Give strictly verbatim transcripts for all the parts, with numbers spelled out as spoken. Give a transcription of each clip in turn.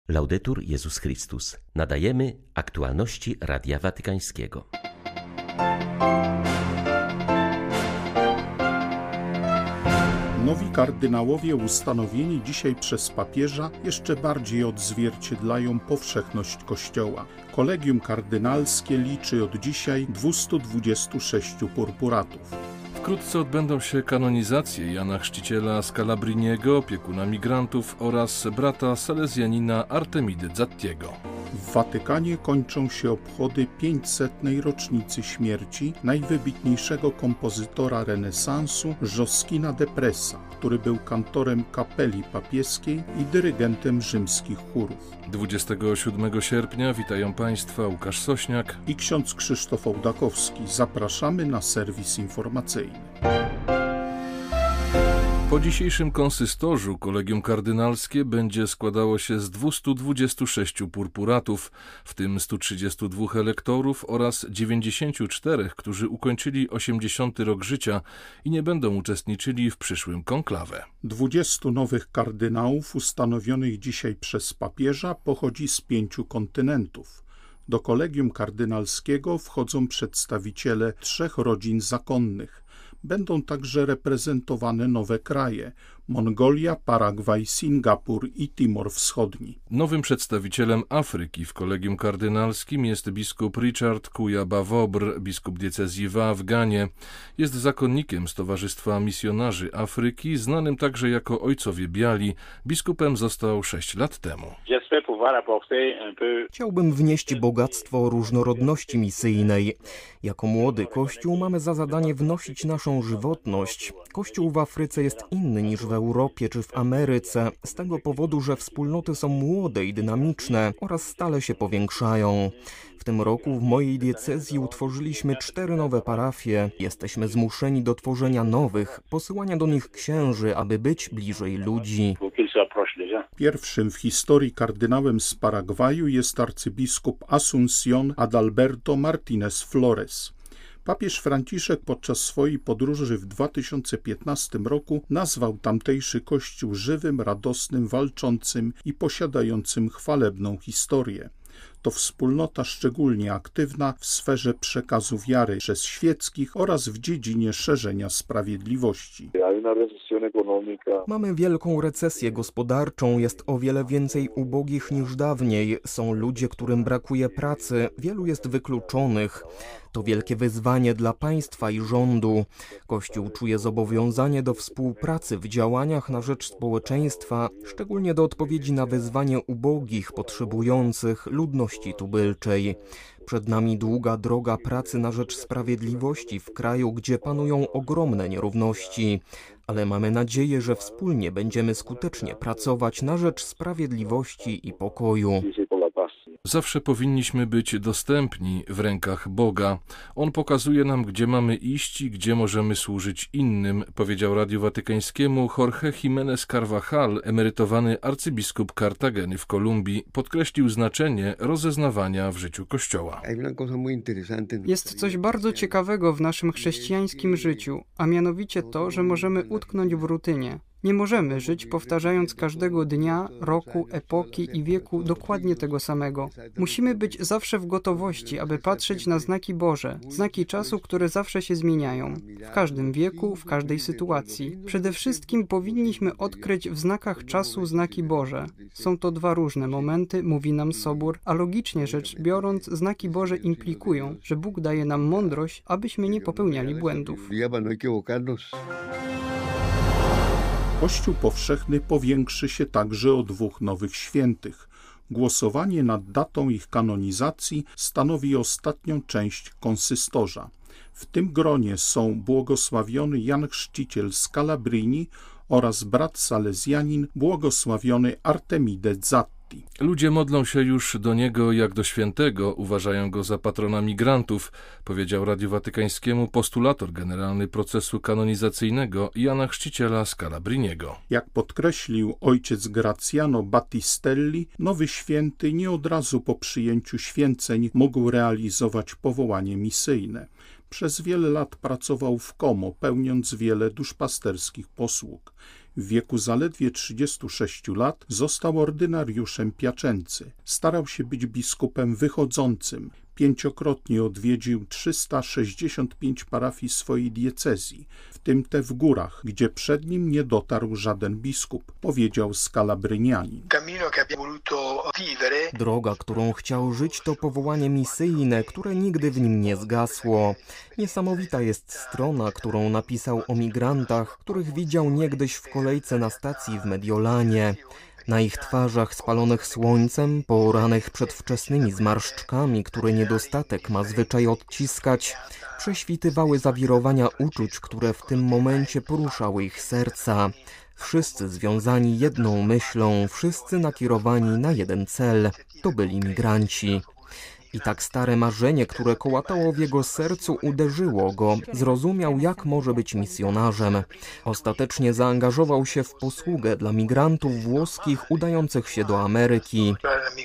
Laudetur Jezus Chrystus. Nadajemy aktualności Radia Watykańskiego. Nowi kardynałowie ustanowieni dzisiaj przez papieża jeszcze bardziej odzwierciedlają powszechność Kościoła. Kolegium kardynalskie liczy od dzisiaj dwieście dwadzieścia sześć purpuratów. Wkrótce odbędą się kanonizacje Jana Chrzciciela Scalabriniego, opiekuna migrantów, oraz brata salezjanina Artemidy Zattiego. W Watykanie kończą się obchody pięćsetnej rocznicy śmierci najwybitniejszego kompozytora renesansu Joskina de Pressa, który był kantorem kapeli papieskiej i dyrygentem rzymskich chórów. dwudziestego siódmego sierpnia witają Państwa Łukasz Sośniak i ksiądz Krzysztof Ołdakowski. Zapraszamy na serwis informacyjny. Po dzisiejszym konsystorzu kolegium kardynalskie będzie składało się z dwustu dwudziestu sześciu purpuratów, w tym stu trzydziestu dwóch elektorów oraz dziewięćdziesięciu czterech, którzy ukończyli osiemdziesiąty rok życia i nie będą uczestniczyli w przyszłym konklawę. Dwudziestu nowych kardynałów ustanowionych dzisiaj przez papieża pochodzi z pięciu kontynentów. Do kolegium kardynalskiego wchodzą przedstawiciele trzech rodzin zakonnych. Będą także reprezentowane nowe kraje: Mongolia, Paragwaj, Singapur i Timor Wschodni. Nowym przedstawicielem Afryki w kolegium kardynalskim jest biskup Richard Kuyaba-Wobr, biskup diecezji w Afganie. Jest zakonnikiem z Towarzystwa Misjonarzy Afryki, znanym także jako Ojcowie Biali. Biskupem został sześć lat temu. Chciałbym wnieść bogactwo różnorodności misyjnej. Jako młody Kościół mamy za zadanie wnosić naszą żywotność. Kościół w Afryce jest inny niż w Europie czy w Ameryce, z tego powodu, że wspólnoty są młode i dynamiczne oraz stale się powiększają. W tym roku w mojej diecezji utworzyliśmy cztery nowe parafie. Jesteśmy zmuszeni do tworzenia nowych, posyłania do nich księży, aby być bliżej ludzi. Pierwszym w historii kardynałem z Paragwaju jest arcybiskup Asunción Adalberto Martínez Flores. Papież Franciszek podczas swojej podróży w dwa tysiące piętnastym roku nazwał tamtejszy kościół żywym, radosnym, walczącym i posiadającym chwalebną historię. To wspólnota szczególnie aktywna w sferze przekazu wiary przez świeckich oraz w dziedzinie szerzenia sprawiedliwości. Mamy wielką recesję gospodarczą, jest o wiele więcej ubogich niż dawniej. Są ludzie, którym brakuje pracy, wielu jest wykluczonych. To wielkie wyzwanie dla państwa i rządu. Kościół czuje zobowiązanie do współpracy w działaniach na rzecz społeczeństwa, szczególnie do odpowiedzi na wyzwanie ubogich, potrzebujących ludności tubylczej. Przed nami długa droga pracy na rzecz sprawiedliwości w kraju, gdzie panują ogromne nierówności. Ale mamy nadzieję, że wspólnie będziemy skutecznie pracować na rzecz sprawiedliwości i pokoju. Zawsze powinniśmy być dostępni w rękach Boga. On pokazuje nam, gdzie mamy iść i gdzie możemy służyć innym, powiedział Radiu Watykańskiemu Jorge Jiménez Carvajal, emerytowany arcybiskup Kartageny w Kolumbii. Podkreślił znaczenie rozeznawania w życiu Kościoła. Jest coś bardzo ciekawego w naszym chrześcijańskim życiu, a mianowicie to, że możemy utknąć w rutynie. Nie możemy żyć powtarzając każdego dnia, roku, epoki i wieku dokładnie tego samego. Musimy być zawsze w gotowości, aby patrzeć na znaki Boże, znaki czasu, które zawsze się zmieniają, w każdym wieku, w każdej sytuacji. Przede wszystkim powinniśmy odkryć w znakach czasu znaki Boże. Są to dwa różne momenty, mówi nam Sobór, a logicznie rzecz biorąc, znaki Boże implikują, że Bóg daje nam mądrość, abyśmy nie popełniali błędów. Kościół powszechny powiększy się także o dwóch nowych świętych. Głosowanie nad datą ich kanonizacji stanowi ostatnią część konsystorza. W tym gronie są błogosławiony Jan Chrzciciel Scalabrini oraz brat salezjanin błogosławiony Artemide Zatti. Ludzie modlą się już do niego jak do świętego, uważają go za patrona migrantów, powiedział Radiu Watykańskiemu postulator generalny procesu kanonizacyjnego Jana Chrzciciela Scalabriniego. Jak podkreślił ojciec Graziano Battistelli, nowy święty nie od razu po przyjęciu święceń mógł realizować powołanie misyjne. Przez wiele lat pracował w Como, pełniąc wiele duszpasterskich posług. W wieku zaledwie trzydziestu sześciu lat został ordynariuszem Piacenzy. Starał się być biskupem wychodzącym. Pięciokrotnie odwiedził trzysta sześćdziesiąt pięć parafii swojej diecezji, w tym te w górach, gdzie przed nim nie dotarł żaden biskup, powiedział skalabrynianin. Droga, którą chciał żyć, to powołanie misyjne, które nigdy w nim nie zgasło. Niesamowita jest strona, którą napisał o migrantach, których widział niegdyś w kolejce na stacji w Mediolanie. Na ich twarzach spalonych słońcem, poranych przedwczesnymi zmarszczkami, które niedostatek ma zwyczaj odciskać, prześwitywały zawirowania uczuć, które w tym momencie poruszały ich serca. Wszyscy związani jedną myślą, wszyscy nakierowani na jeden cel. To byli migranci. I tak stare marzenie, które kołatało w jego sercu, uderzyło go. Zrozumiał, jak może być misjonarzem. Ostatecznie zaangażował się w posługę dla migrantów włoskich udających się do Ameryki.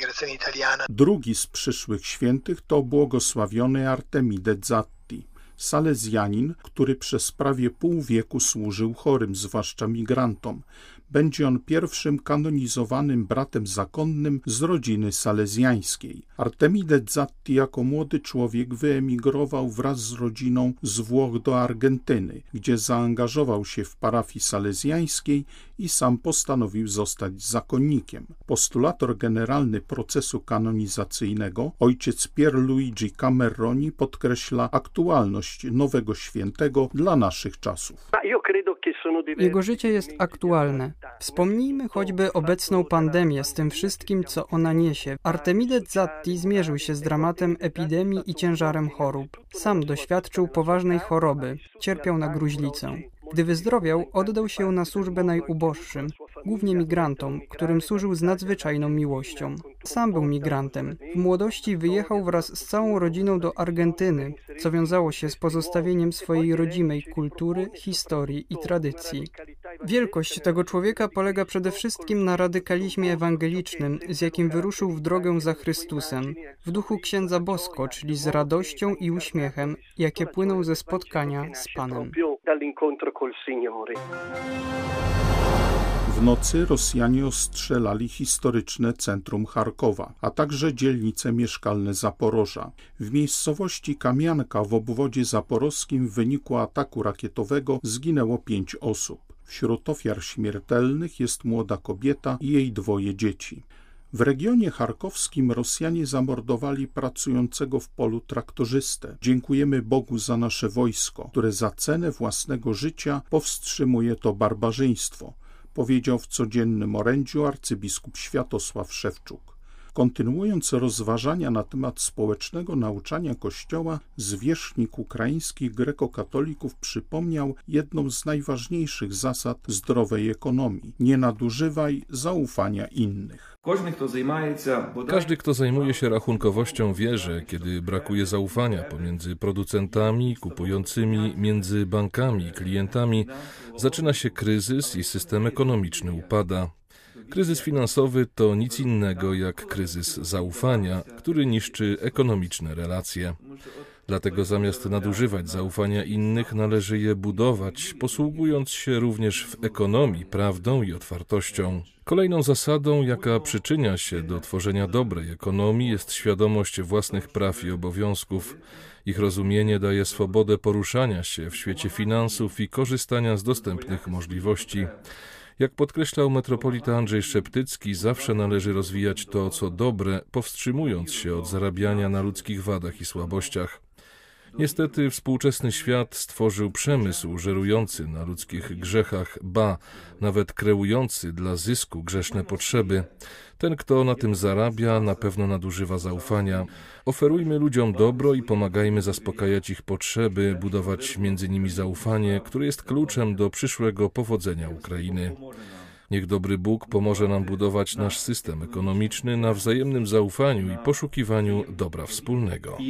Drugi z przyszłych świętych to błogosławiony Artemide Zatti, salezjanin, który przez prawie pół wieku służył chorym, zwłaszcza migrantom. Będzie on pierwszym kanonizowanym bratem zakonnym z rodziny salezjańskiej. Artemide Zatti jako młody człowiek wyemigrował wraz z rodziną z Włoch do Argentyny, gdzie zaangażował się w parafii salezjańskiej i sam postanowił zostać zakonnikiem. Postulator generalny procesu kanonizacyjnego, ojciec Pierluigi Cameroni, podkreśla aktualność nowego świętego dla naszych czasów. Jego życie jest aktualne. Wspomnijmy choćby obecną pandemię z tym wszystkim, co ona niesie. Artemide Zatti zmierzył się z dramatem epidemii i ciężarem chorób. Sam doświadczył poważnej choroby, cierpiał na gruźlicę. Gdy wyzdrowiał, oddał się na służbę najuboższym, głównie migrantom, którym służył z nadzwyczajną miłością. Sam był migrantem. W młodości wyjechał wraz z całą rodziną do Argentyny, co wiązało się z pozostawieniem swojej rodzimej kultury, historii i tradycji. Wielkość tego człowieka polega przede wszystkim na radykalizmie ewangelicznym, z jakim wyruszył w drogę za Chrystusem, w duchu księdza Bosco, czyli z radością i uśmiechem, jakie płyną ze spotkania z Panem. W nocy Rosjanie ostrzelali historyczne centrum Charkowa, a także dzielnice mieszkalne Zaporoża. W miejscowości Kamianka w obwodzie zaporowskim w wyniku ataku rakietowego zginęło pięć osób. Wśród ofiar śmiertelnych jest młoda kobieta i jej dwoje dzieci. W regionie charkowskim Rosjanie zamordowali pracującego w polu traktorzystę. Dziękujemy Bogu za nasze wojsko, które za cenę własnego życia powstrzymuje to barbarzyństwo, powiedział w codziennym orędziu arcybiskup Światosław Szewczuk. Kontynuując rozważania na temat społecznego nauczania Kościoła, zwierzchnik ukraińskich grekokatolików przypomniał jedną z najważniejszych zasad zdrowej ekonomii: nie nadużywaj zaufania innych. Każdy, kto zajmuje się rachunkowością, wie, że kiedy brakuje zaufania pomiędzy producentami, kupującymi, między bankami i klientami, zaczyna się kryzys i system ekonomiczny upada. Kryzys finansowy to nic innego jak kryzys zaufania, który niszczy ekonomiczne relacje. Dlatego zamiast nadużywać zaufania innych, należy je budować, posługując się również w ekonomii prawdą i otwartością. Kolejną zasadą, jaka przyczynia się do tworzenia dobrej ekonomii, jest świadomość własnych praw i obowiązków. Ich rozumienie daje swobodę poruszania się w świecie finansów i korzystania z dostępnych możliwości. Jak podkreślał metropolita Andrzej Szeptycki, zawsze należy rozwijać to, co dobre, powstrzymując się od zarabiania na ludzkich wadach i słabościach. Niestety współczesny świat stworzył przemysł żerujący na ludzkich grzechach, ba, nawet kreujący dla zysku grzeszne potrzeby. Ten, kto na tym zarabia, na pewno nadużywa zaufania. Oferujmy ludziom dobro i pomagajmy zaspokajać ich potrzeby, budować między nimi zaufanie, które jest kluczem do przyszłego powodzenia Ukrainy. Niech dobry Bóg pomoże nam budować nasz system ekonomiczny na wzajemnym zaufaniu i poszukiwaniu dobra wspólnego.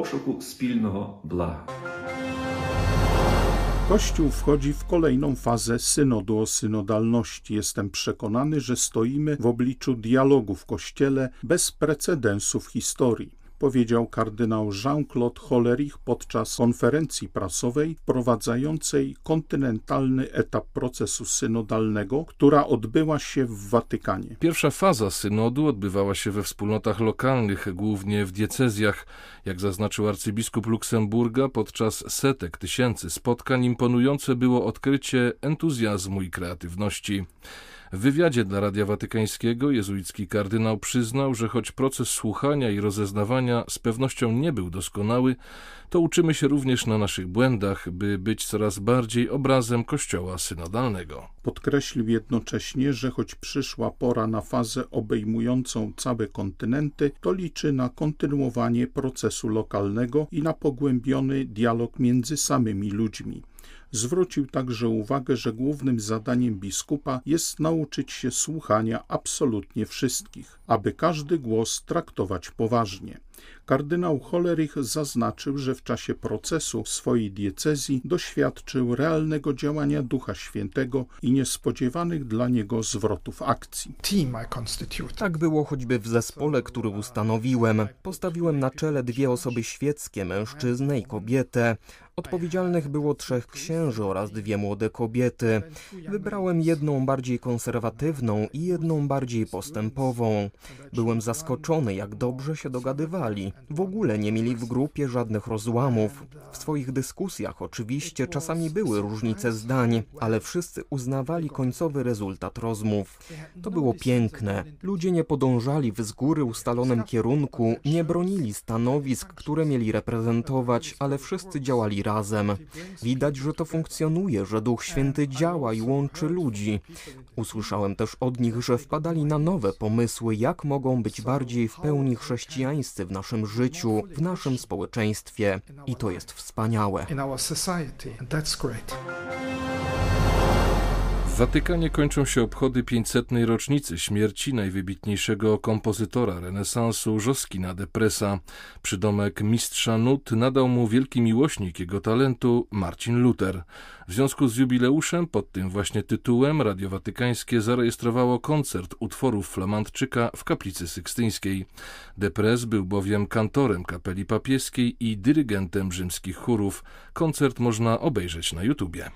Kościół wchodzi w kolejną fazę synodu o synodalności. Jestem przekonany, że stoimy w obliczu dialogu w Kościele bez precedensu w historii. powiedział kardynał Jean-Claude Hollerich podczas konferencji prasowej wprowadzającej kontynentalny etap procesu synodalnego, która odbyła się w Watykanie. Pierwsza faza synodu odbywała się we wspólnotach lokalnych, głównie w diecezjach. Jak zaznaczył arcybiskup Luksemburga, podczas setek tysięcy spotkań imponujące było odkrycie entuzjazmu i kreatywności. W wywiadzie dla Radia Watykańskiego jezuicki kardynał przyznał, że choć proces słuchania i rozeznawania z pewnością nie był doskonały, to uczymy się również na naszych błędach, by być coraz bardziej obrazem Kościoła synodalnego. Podkreślił jednocześnie, że choć przyszła pora na fazę obejmującą całe kontynenty, to liczy na kontynuowanie procesu lokalnego i na pogłębiony dialog między samymi ludźmi. Zwrócił także uwagę, że głównym zadaniem biskupa jest nauczyć się słuchania absolutnie wszystkich, aby każdy głos traktować poważnie. Kardynał Hollerich zaznaczył, że w czasie procesu w swojej diecezji doświadczył realnego działania Ducha Świętego i niespodziewanych dla niego zwrotów akcji. Tak było choćby w zespole, który ustanowiłem. Postawiłem na czele dwie osoby świeckie, mężczyznę i kobietę. Odpowiedzialnych było trzech księży oraz dwie młode kobiety. Wybrałem jedną bardziej konserwatywną i jedną bardziej postępową. Byłem zaskoczony, jak dobrze się dogadywali. W ogóle nie mieli w grupie żadnych rozłamów. W swoich dyskusjach oczywiście czasami były różnice zdań, ale wszyscy uznawali końcowy rezultat rozmów. To było piękne. Ludzie nie podążali w z góry ustalonym kierunku, nie bronili stanowisk, które mieli reprezentować, ale wszyscy działali razem. Widać, że to funkcjonuje, że Duch Święty działa i łączy ludzi. Usłyszałem też od nich, że wpadali na nowe pomysły, jak mogą być bardziej w pełni chrześcijańscy w naszym życiu, w naszym społeczeństwie. I to jest wspaniałe. W Watykanie kończą się obchody pięćsetnej rocznicy śmierci najwybitniejszego kompozytora renesansu Joskina de Pressa. Przydomek mistrza nut nadał mu wielki miłośnik jego talentu Marcin Luther. W związku z jubileuszem pod tym właśnie tytułem Radio Watykańskie zarejestrowało koncert utworów flamandczyka w kaplicy sykstyńskiej. De Press był bowiem kantorem kapeli papieskiej i dyrygentem rzymskich chórów. Koncert można obejrzeć na YouTubie.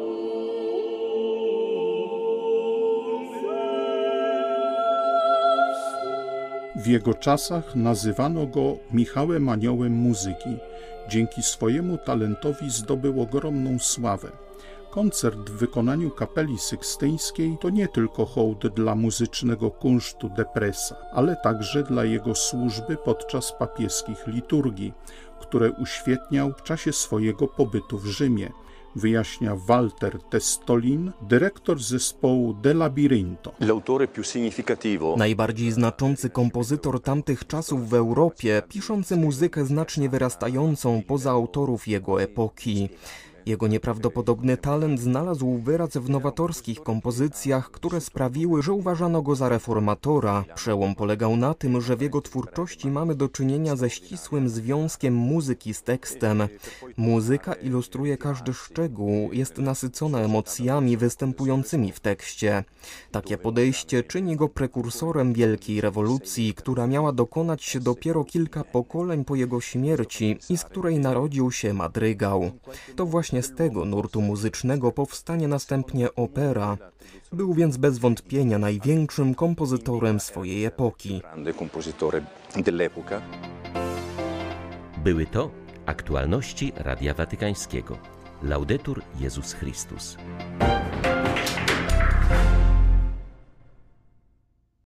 W jego czasach nazywano go Michałem Aniołem muzyki. Dzięki swojemu talentowi zdobył ogromną sławę. Koncert w wykonaniu kapeli sykstyńskiej to nie tylko hołd dla muzycznego kunsztu de Pressa, ale także dla jego służby podczas papieskich liturgii, które uświetniał w czasie swojego pobytu w Rzymie, wyjaśnia Walter Testolin, dyrektor zespołu De Labirinto. Najbardziej znaczący kompozytor tamtych czasów w Europie, piszący muzykę znacznie wyrastającą poza autorów jego epoki. Jego nieprawdopodobny talent znalazł wyraz w nowatorskich kompozycjach, które sprawiły, że uważano go za reformatora. Przełom polegał na tym, że w jego twórczości mamy do czynienia ze ścisłym związkiem muzyki z tekstem. Muzyka ilustruje każdy szczegół, jest nasycona emocjami występującymi w tekście. Takie podejście czyni go prekursorem wielkiej rewolucji, która miała dokonać się dopiero kilka pokoleń po jego śmierci i z której narodził się madrygał. To właśnie z tego nurtu muzycznego powstanie następnie opera. Był więc bez wątpienia największym kompozytorem swojej epoki. Były to aktualności Radia Watykańskiego. Laudetur Jezus Chrystus.